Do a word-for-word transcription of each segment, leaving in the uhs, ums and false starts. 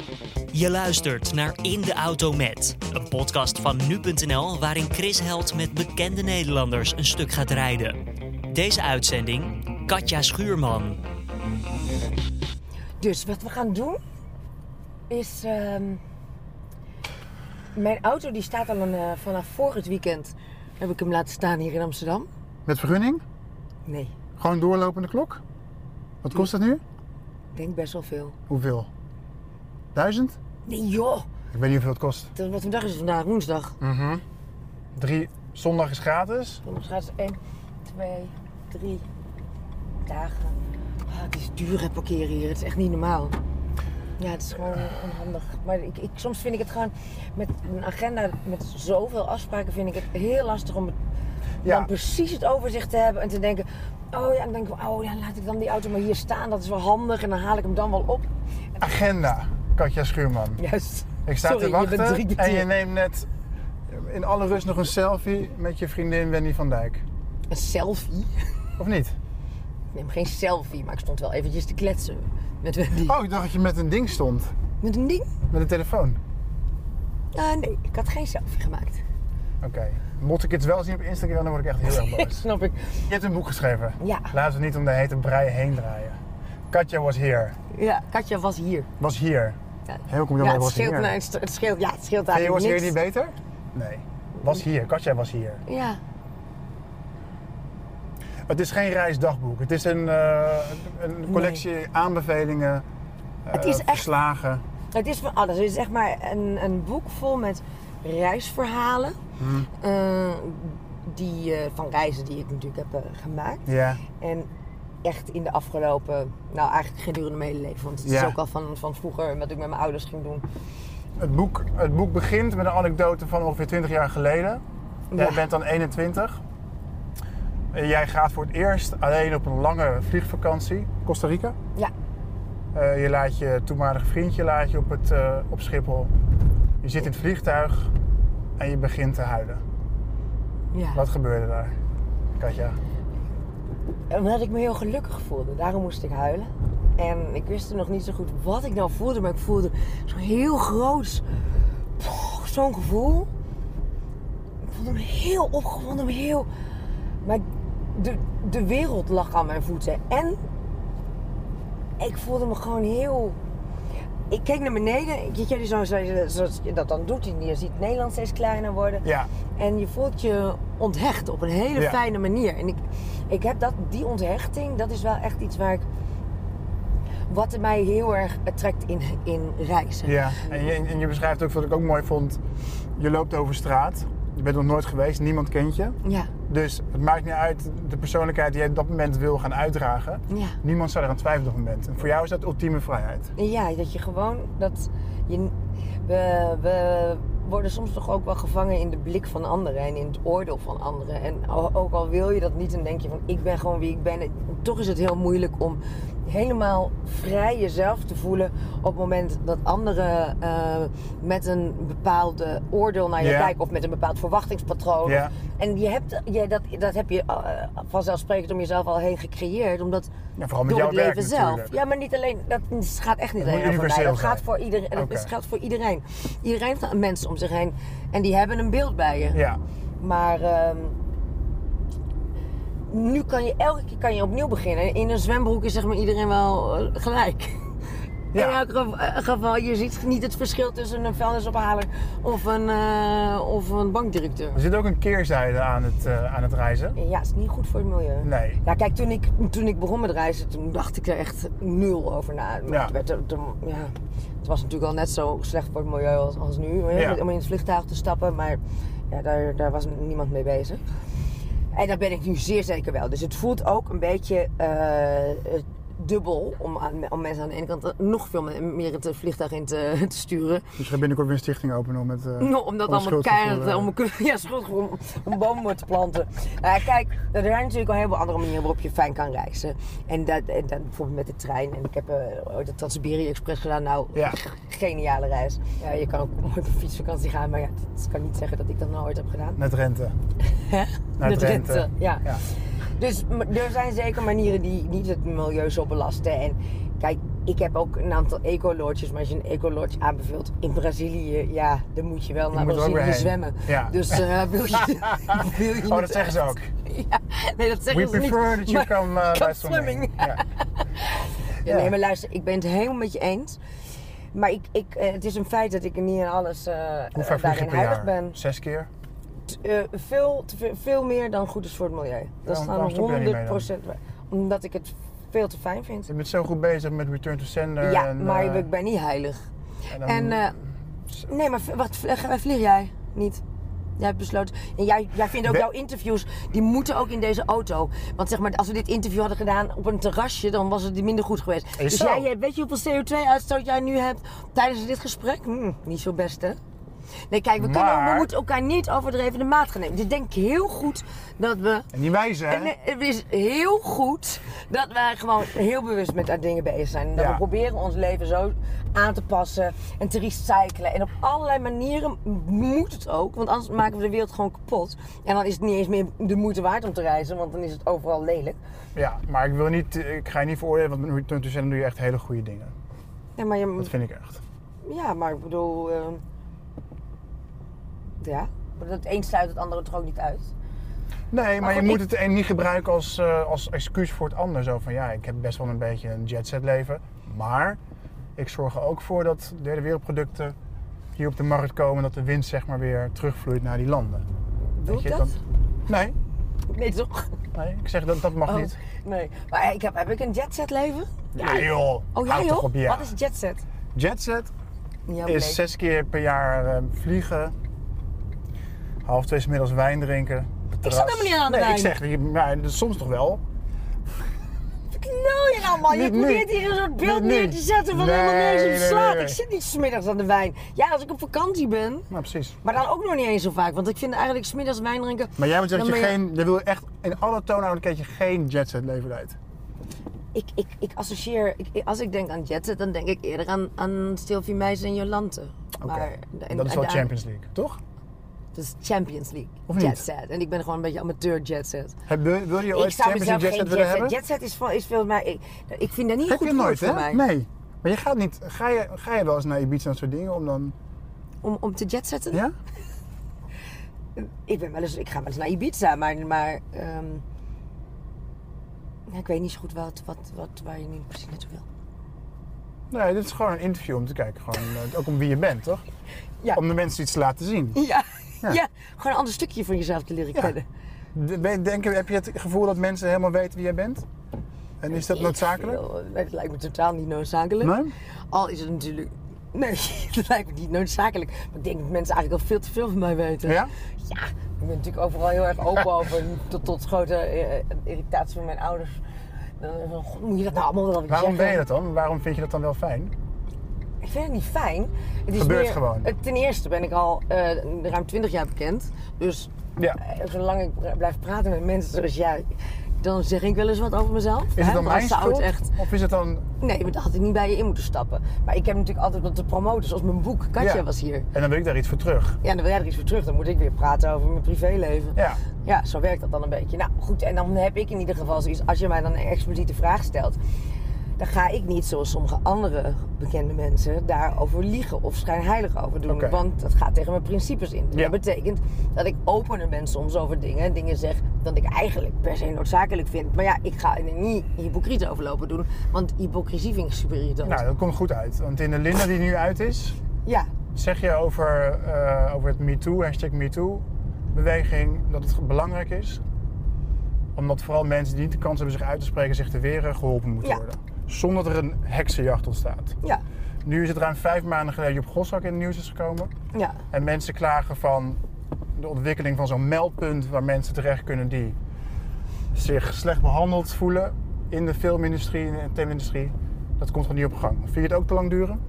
Je luistert naar In de Auto Met, een podcast van nu punt n l waarin Chris Held met bekende Nederlanders een stuk gaat rijden. Deze uitzending, Katja Schuurman. Dus wat we gaan doen is... Uh, mijn auto die staat al een, uh, vanaf vorig weekend heb ik hem laten staan hier in Amsterdam. Met vergunning? Nee. Gewoon doorlopende klok? Wat kost dat nu? Ik denk best wel veel. Hoeveel? Duizend? Nee joh! Ik weet niet hoeveel het kost. Wat voor dag is het vandaag? Woensdag. Mm-hmm. Drie, zondag is gratis. Zondag gaat het één, twee, drie dagen. Oh, het is duur hè, parkeren hier. Het is echt niet normaal. Ja, het is gewoon onhandig. Maar ik, ik, soms vind ik het gewoon met een agenda met zoveel afspraken vind ik het heel lastig om het, Ja. dan precies het overzicht te hebben en te denken, oh ja, dan denk ik, oh ja, laat ik dan die auto maar hier staan. Dat is wel handig en dan haal ik hem dan wel op. Agenda, Katja Schuurman. Juist. Ik sta Sorry, te wachten je bent drie keer en je neemt net in alle rust nog een selfie met je vriendin Wendy van Dijk. Een selfie? Of niet? Ik neem geen selfie, maar ik stond wel eventjes te kletsen met Wendy. Oh, ik dacht dat je met een ding stond. Met een ding? Met een telefoon. Uh, nee, ik had geen selfie gemaakt. Oké. Okay. Mocht ik het wel zien op Instagram, dan word ik echt heel erg boos. Snap ik. Je hebt een boek geschreven. Ja. Laten we niet om de hete brei heen draaien. Katja was here. Ja, Katja was hier. Was hier. Ja, Heel kom je ja, dan het was scheelt, hier. nou, het het scheelt, ja, het scheelt Vind je was eigenlijk hier niks. niet beter? Nee. Was hier. Katja was hier. Ja. Het is geen reisdagboek. Het is een, uh, een collectie Nee. aanbevelingen, uh, Het is echt- verslagen. Het is van alles. Het is echt maar een, een boek vol met reisverhalen. Hmm. Uh, die, uh, van reizen die ik natuurlijk heb uh, gemaakt. Ja. En echt in de afgelopen, nou eigenlijk gedurende mijn hele leven. Want het is Ja. ook al van, van vroeger wat ik met mijn ouders ging doen. Het boek, het boek begint met een anekdote van ongeveer twintig jaar geleden. Jij Ja. bent dan eenentwintig. Jij gaat voor het eerst alleen op een lange vliegvakantie, Costa Rica. Ja. Uh, je laat je toenmalige vriendje laat je op, het, uh, op Schiphol. Je zit in het vliegtuig en je begint te huilen. Ja. Wat gebeurde daar, Katja? Omdat ik me heel gelukkig voelde. Daarom moest ik huilen. En ik wist nog niet zo goed wat ik nou voelde. Maar ik voelde zo'n heel groot, poh, zo'n gevoel. Ik voelde me heel opgewonden, me heel... Maar de, de wereld lag aan mijn voeten. En ik voelde me gewoon heel... Ik keek naar beneden. Weet je, zo, zo, zoals je dat dan doet. Je ziet Nederland steeds kleiner worden. Ja. En je voelt je onthecht op een hele Ja. fijne manier. En ik, ik heb dat, die onthechting, dat is wel echt iets waar ik... Wat mij heel erg trekt in, in reizen. Ja, en je, en je beschrijft ook wat ik ook mooi vond. Je loopt over straat. Je bent nog nooit geweest, niemand kent je. Ja. Dus het maakt niet uit de persoonlijkheid die jij op dat moment wil gaan uitdragen. Ja. Niemand zou er aan twijfelen op dat moment. En voor jou is dat ultieme vrijheid. Ja, dat je gewoon... Dat je, we, we worden soms toch ook wel gevangen in de blik van anderen en in het oordeel van anderen. En ook al wil je dat niet, dan denk je van ik ben gewoon wie ik ben. En toch is het heel moeilijk om helemaal vrij jezelf te voelen op het moment dat anderen uh, met een bepaalde oordeel naar je Ja. kijken of met een bepaald verwachtingspatroon. Ja. En je hebt, je, dat, dat heb je uh, vanzelfsprekend om jezelf al heen gecreëerd, omdat Ja, vooral met door jouw het leven werk zelf. natuurlijk. Ja, maar niet alleen, dat gaat echt niet Het moet alleen over mij. universeel Dat gaat zijn. voor iedereen. Oké. Het geldt voor iedereen. Iedereen heeft een mens om zich heen en die hebben een beeld bij je. Ja. Maar um, nu kan je elke keer kan je opnieuw beginnen. In een zwembroek is zeg maar iedereen wel uh, gelijk. Ja. In elk geval, uh, geval, je ziet niet het verschil tussen een vuilnisophaler of een, uh, of een bankdirecteur. Er zit ook een keerzijde aan het, uh, aan het reizen. Ja, het is niet goed voor het milieu. Nee. Ja, kijk, toen ik, toen ik begon met reizen, toen dacht ik er echt nul over na. Ja. Het, werd, er- het, ja, het was natuurlijk al net zo slecht voor het milieu als, als nu, hè, Ja. om in het vliegtuig te stappen, maar ja, daar, daar was niemand mee bezig. En dat ben ik nu zeer zeker wel. Dus het voelt ook een beetje uh, dubbel om, aan, om mensen aan de ene kant nog veel meer het vliegtuig in te, te sturen. Dus je gaat binnenkort weer een stichting openen om het uh, No, om dat om het allemaal schuldgevoel, keihard, uh, om, ja, schuldgevoel, om, om bomen te planten. Nou, kijk, er zijn natuurlijk al heel veel andere manieren waarop je fijn kan reizen. En dat, en dat bijvoorbeeld met de trein. En ik heb uh, de Trans-Siberië Express gedaan. Nou, Ja. geniale reis. Ja, je kan ook op een fietsvakantie gaan, maar ja, dat kan niet zeggen dat ik dat nou ooit heb gedaan. Naar Drenthe. Hè? Naar De Drenthe. Drenthe, ja. Ja. Dus m- er zijn zeker manieren die niet het milieu zo belasten. En kijk, ik heb ook een aantal eco-lodges, maar als je een eco-lodge aanbeveelt in Brazilië, ja, dan moet je wel Je naar moet er ook Brazilië weer heen. zwemmen. Ja. Dus uh, wil je, wil je Oh, dat het zeggen ze echt? ook. Ja, nee, dat zeggen We ze niet. prefer that you maar- come uh, come by swimming. swimming. Ja. Ja, Ja. nee, maar luister, ik ben het helemaal met je eens. Maar ik, ik, uh, het is een feit dat ik er niet in alles uh, Hoe vaak vlieg je daarin per heilig jaar? ben. Zes keer? T- uh, veel, te veel, veel meer dan goed is voor het milieu. Dat is Waarom- waarom dan stop je er niet mee dan? honderd procent waar. Omdat ik het veel te fijn vind. Je bent zo goed bezig met return to sender. Ja, en, maar uh, ik ben niet heilig. en dan- En, uh, nee, maar v- wat vlieg, vlieg jij niet? Jij hebt besloten. En jij, jij vindt ook We- jouw interviews, die moeten ook in deze auto. Want zeg maar, als we dit interview hadden gedaan op een terrasje, dan was het minder goed geweest. Is Dus zo. jij, weet je hoeveel C O twee uitstoot jij nu hebt tijdens dit gesprek? Hm, niet zo best, hè? Nee, kijk, we, kunnen, Maar- we moeten elkaar niet overdreven de maat gaan nemen. Dus denk ik heel goed dat we... En die wijzen, hè? En het is heel goed dat wij gewoon heel bewust met die dingen bezig zijn. En dat Ja. we proberen ons leven zo aan te passen en te recyclen. En op allerlei manieren moet het ook, want anders maken we de wereld gewoon kapot. En dan is het niet eens meer de moeite waard om te reizen, want dan is het overal lelijk. Ja, maar ik, wil niet, ik ga je niet veroordelen, want met return to sender doe je echt hele goede dingen. Ja, maar, je, Dat vind ik echt. ja, maar ik bedoel... Uh, ja, maar het een sluit het andere toch ook niet uit. Nee, maar, je goed, moet ik- het een niet gebruiken als, uh, als excuus voor het ander. Zo van, ja, ik heb best wel een beetje een jetset leven. Maar ik zorg er ook voor dat derde wereldproducten hier op de markt komen. Dat de winst zeg maar weer terugvloeit naar die landen. Doe Weet ik je, dat? dan- Nee, Nee, toch? nee, ik zeg dat dat mag Oh, niet. nee. Maar ik heb, heb ik een jetset leven? Ja joh, Oh ja houd toch joh? op, ja. Wat is jetset? Jetset Ja, is zes keer per jaar uh, vliegen. Half twee 's middags wijn drinken. op het Ik zat terras. helemaal niet aan de nee, wijn. ik zeg, je- nou, soms toch wel. Nou je nou man, je Niet nu. probeert hier een soort beeld Niet nu. neer te zetten van Nee, helemaal nergens op nee, nee, slaat. nee. Ik zit niet 's middags aan de wijn. Ja, als ik op vakantie ben, Nou, precies. maar dan ook nog niet eens zo vaak. Want ik vind eigenlijk 's middags wijn drinken... Maar jij moet zeggen dat dan je ben geen, je wil echt in alle toonaarden je geen jetset leven leidt. Ik, ik, ik associeer, ik, als ik denk aan jetset, dan denk ik eerder aan, aan Sylvie Meijs en Jolante. Oké, Maar- en- dat is wel en- Champions League, toch? Dat is Champions League, Of niet? jetset. En ik ben gewoon een beetje amateur jetset. Heb, wil, wil je Ik ooit zou Champions mezelf League geen jetset willen hebben? jetset. Jetset is, vol- is volgens mij, ik, ik vind dat niet Heb goed je nooit, voor hè? mij. Nee. Maar je gaat niet, ga je, ga je wel eens naar Ibiza en dat soort dingen om dan... Om, om te jetsetten? Ja? Ik, ben wel eens, ik ga wel eens naar Ibiza, maar, maar ehm, ja, ik weet niet zo goed wat, wat, wat, waar je nu precies naartoe wil. Nee, dit is gewoon een interview om te kijken. Gewoon, uh, ook om wie je bent, toch? Ja. Om de mensen iets te laten zien. Ja. Ja. Ja. gewoon een ander stukje van jezelf te leren Ja. kennen. De- weet- Denk, je- heb je het gevoel dat mensen helemaal weten wie jij bent? En is dat noodzakelijk? Ik, nee, dat lijkt me totaal niet noodzakelijk. Nee? Al is het natuurlijk... Nee, dat lijkt me niet noodzakelijk. Maar ik denk dat mensen eigenlijk al veel te veel van mij weten. Ja? Ja, ik ben natuurlijk overal heel erg open over. Tot, tot grote eh, irritatie van mijn ouders. Dan, van, God, moet je dat nou allemaal wel weer Waarom zeggen? ben je dat dan? Waarom vind je dat dan wel fijn? Ik vind het niet fijn. Het is Gebeurt meer, gewoon. eh, Ten eerste ben ik al eh, ruim twintig jaar bekend. Dus Ja. eh, zolang ik bl- blijf praten met mensen zoals jij, dan zeg ik wel eens wat over mezelf. Is hè? het dan Maar mijn zou het schuld? echt... Of is het dan... Nee, maar dan had ik niet bij je in moeten stappen. Maar ik heb natuurlijk altijd wat te promoten, zoals mijn boek. Katja Ja. was hier. En dan wil ik daar iets voor terug. Ja, dan wil jij er iets voor terug. Dan moet ik weer praten over mijn privéleven. Ja. Ja, zo werkt dat dan een beetje. Nou goed, en dan heb ik in ieder geval zoiets. Als je mij dan een expliciete vraag stelt, dan ga ik niet zoals sommige andere bekende mensen daarover liegen of schijnheilig over doen. Oké. Want dat gaat tegen mijn principes in. Ja. Dat betekent dat ik opener ben soms over dingen. Dingen zeg dat ik eigenlijk per se noodzakelijk vind. Maar ja, ik ga er niet hypocriet over lopen doen. Want hypocrisie vind ik super irritant. Nou, dat komt goed uit. Want in de Linda die nu uit is, Ja, zeg je over, uh, over het MeToo, hashtag MeToo beweging, dat het belangrijk is. Omdat vooral mensen die niet de kans hebben zich uit te spreken, zich te weren, geholpen moeten Ja. worden. Zonder dat er een heksenjacht ontstaat. ja, Nu is het ruim vijf maanden geleden Job Goshak in het nieuws is gekomen. ja. En mensen klagen van de ontwikkeling van zo'n meldpunt waar mensen terecht kunnen die zich slecht behandeld voelen in de filmindustrie en de tv-industrie. Dat komt gewoon niet op gang. Vind je het ook te lang duren?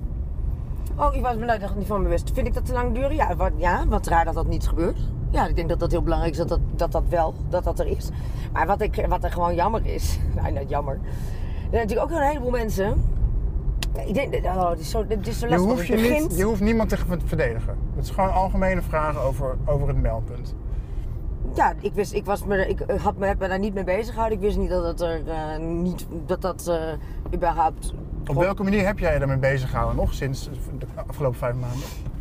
Oh, ik was me daar niet van bewust. Vind ik dat te lang duren? Ja, wat, ja, wat raar dat dat niet gebeurt. Ja, ik denk dat dat heel belangrijk is dat dat, dat, dat wel, dat dat er is. Maar wat, ik, wat er gewoon jammer is, nou net jammer. Er zijn natuurlijk ook een heleboel mensen. Ik denk, oh, het is zo, het is zo Je lastig. hoeft, je, Het begint- niet, je hoeft niemand te verdedigen. Het is gewoon algemene vragen over, over het meldpunt. Ja, ik wist, ik was me, ik had me, heb me daar niet mee bezig gehouden. Ik wist niet dat het er uh, niet, dat dat uh, überhaupt Op welke manier heb jij je daarmee bezig gehouden nog sinds de afgelopen vijf maanden?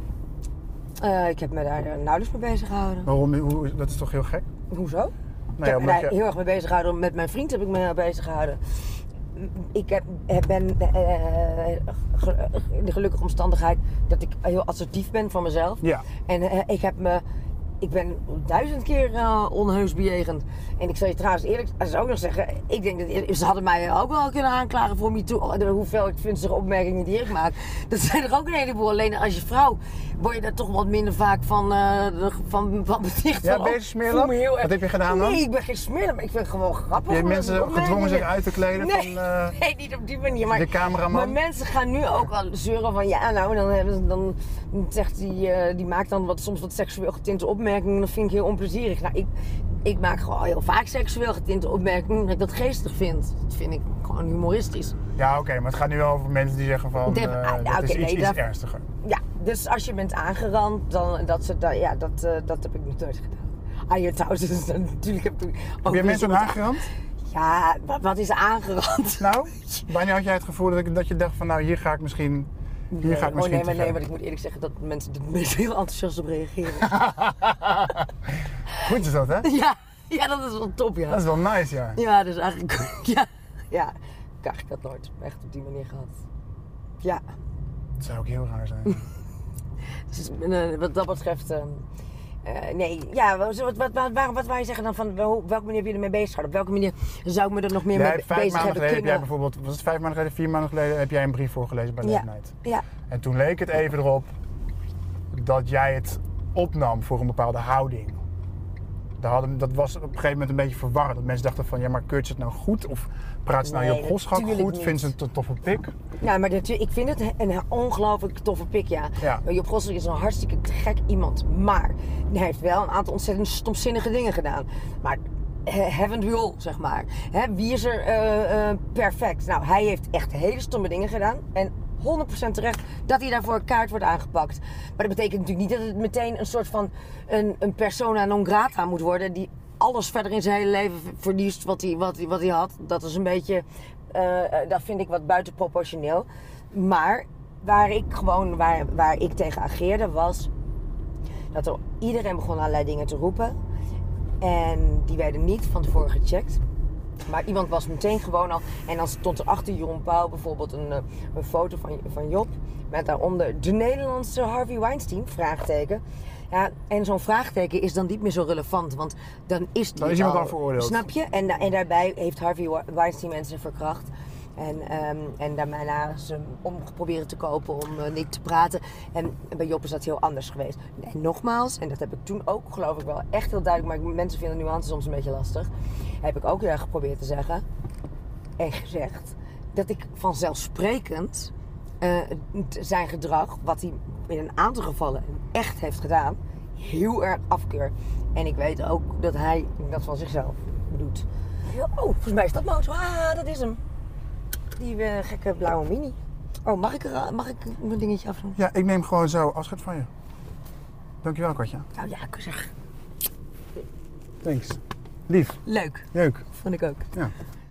Uh, ik heb me daar nauwelijks mee bezig gehouden. Waarom? Hoe, dat is toch heel gek? Hoezo? Nou ik ja, heb me daar je... heel erg mee bezig gehouden. Met mijn vriend heb ik me bezig gehouden. Ik heb, ben uh, in de gelukkige omstandigheid dat ik heel assertief ben van mezelf. Ja. En uh, ik heb me... Ik ben duizend keer uh, onheus bejegend. En ik zal je trouwens eerlijk als ook nog zeggen, ik denk dat ze hadden mij ook wel kunnen aanklagen voor MeToo. De hoeveel ik vunzige opmerkingen die ik maak. Dat zijn er ook een heleboel. Alleen als je vrouw word je daar toch wat minder vaak van, uh, van, van beticht. Ja, ben je smeerlap? Wat heb je gedaan dan? Nee, ik ben geen smeerlap, maar ik vind het gewoon grappig. Je hebt mensen gedwongen zich uit te kleden nee, van uh, nee, niet op die manier. Maar, de cameraman? Maar mensen gaan nu ook al zeuren van ja, nou, dan, hebben ze, dan zegt die, uh, die maakt dan wat, soms wat seksueel getinte opmerkingen. Dat vind ik heel onplezierig. Nou, ik, ik maak gewoon heel vaak seksueel getinte opmerkingen dat ik dat geestig vind. Dat vind ik gewoon humoristisch. Ja, oké, okay, maar het gaat nu wel over mensen die zeggen van, uh, ah, dat okay, is iets, nee, iets dat, ernstiger. Ja, dus als je bent aangerand, dan dat ze dat, ja, dat, uh, dat heb ik nog nooit gedaan. Ah, je trouwens, dus, natuurlijk heb ik ook. Heb je mensen aangerand? Ja, wat, wat is aangerand? Nou, wanneer had jij het gevoel dat, ik, dat je dacht van, nou, hier ga ik misschien. Hier nee, ga ik misschien oh nee, maar nee, maar ik moet eerlijk zeggen dat mensen er meestal heel enthousiast op reageren. Goed is dat, hè? Ja, ja, dat is wel top, ja. Dat is wel nice, ja. Ja, dus eigenlijk, ja, ja. Ik heb dat nooit echt op die manier gehad. Ja. Dat zou ook heel raar zijn. Dus uh, wat dat betreft, uh, uh, nee, ja, wat, wat, wat, wat, wat wou je zeggen dan van, op welke manier heb je ermee bezig gehouden? Op welke manier zou ik me er nog meer jij mee vijf bezig maanden hebben geleden kunnen? heb jij bijvoorbeeld, was het vijf maanden geleden, vier maanden geleden, heb jij een brief voorgelezen bij ja. Late Night. Ja. En toen leek het even erop dat jij het opnam voor een bepaalde houding. Dat, hadden, dat was op een gegeven moment een beetje verwarrend. Dat mensen dachten van, ja, maar keurt ze het nou goed? Of praat ze nou nee, Job Goschalk goed? Vindt ze het een toffe pik? Ja, maar dat, ik vind het een ongelooflijk toffe pik, ja. ja. Job Goschalk is een hartstikke gek iemand. Maar hij heeft wel een aantal ontzettend stomzinnige dingen gedaan. Maar haven't we all, zeg maar. He, wie is er uh, uh, perfect? Nou, hij heeft echt hele stomme dingen gedaan. En honderd procent terecht dat hij daarvoor kaart wordt aangepakt. Maar dat betekent natuurlijk niet dat het meteen een soort van een, een persona non grata moet worden die alles verder in zijn hele leven verliest wat hij, wat hij, wat hij had. Dat is een beetje, uh, dat vind ik wat buitenproportioneel. Maar waar ik gewoon, waar, waar ik tegen ageerde was dat er iedereen begon allerlei dingen te roepen. En die werden niet van tevoren gecheckt. Maar iemand was meteen gewoon al. En dan stond er achter Jon Pauw bijvoorbeeld een, een foto van, van Job. Met daaronder de Nederlandse Harvey Weinstein, vraagteken. Ja, en zo'n vraagteken is dan niet meer zo relevant. Want dan is die dan is iemand al veroordeeld. Snap je? En, en daarbij heeft Harvey Weinstein mensen verkracht. En, um, en daarna ze om proberen te kopen om uh, niet te praten. En, en bij Job is dat heel anders geweest. En nogmaals, en dat heb ik toen ook geloof ik wel echt heel duidelijk, maar mensen vinden nuances soms een beetje lastig. Heb ik ook heel erg geprobeerd te zeggen en gezegd dat ik vanzelfsprekend uh, zijn gedrag, wat hij in een aantal gevallen echt heeft gedaan, heel erg afkeur. En ik weet ook dat hij dat van zichzelf doet. Oh, volgens mij is dat motor. Ah, dat is hem. Die uh, gekke blauwe mini. Oh, mag ik, er, mag ik mijn dingetje afdoen? Ja, ik neem gewoon zo afscheid van je. Dankjewel, Katja. Nou ja, ik zeg. Thanks. Lief. Leuk. Leuk. Vond ik ook. Ja.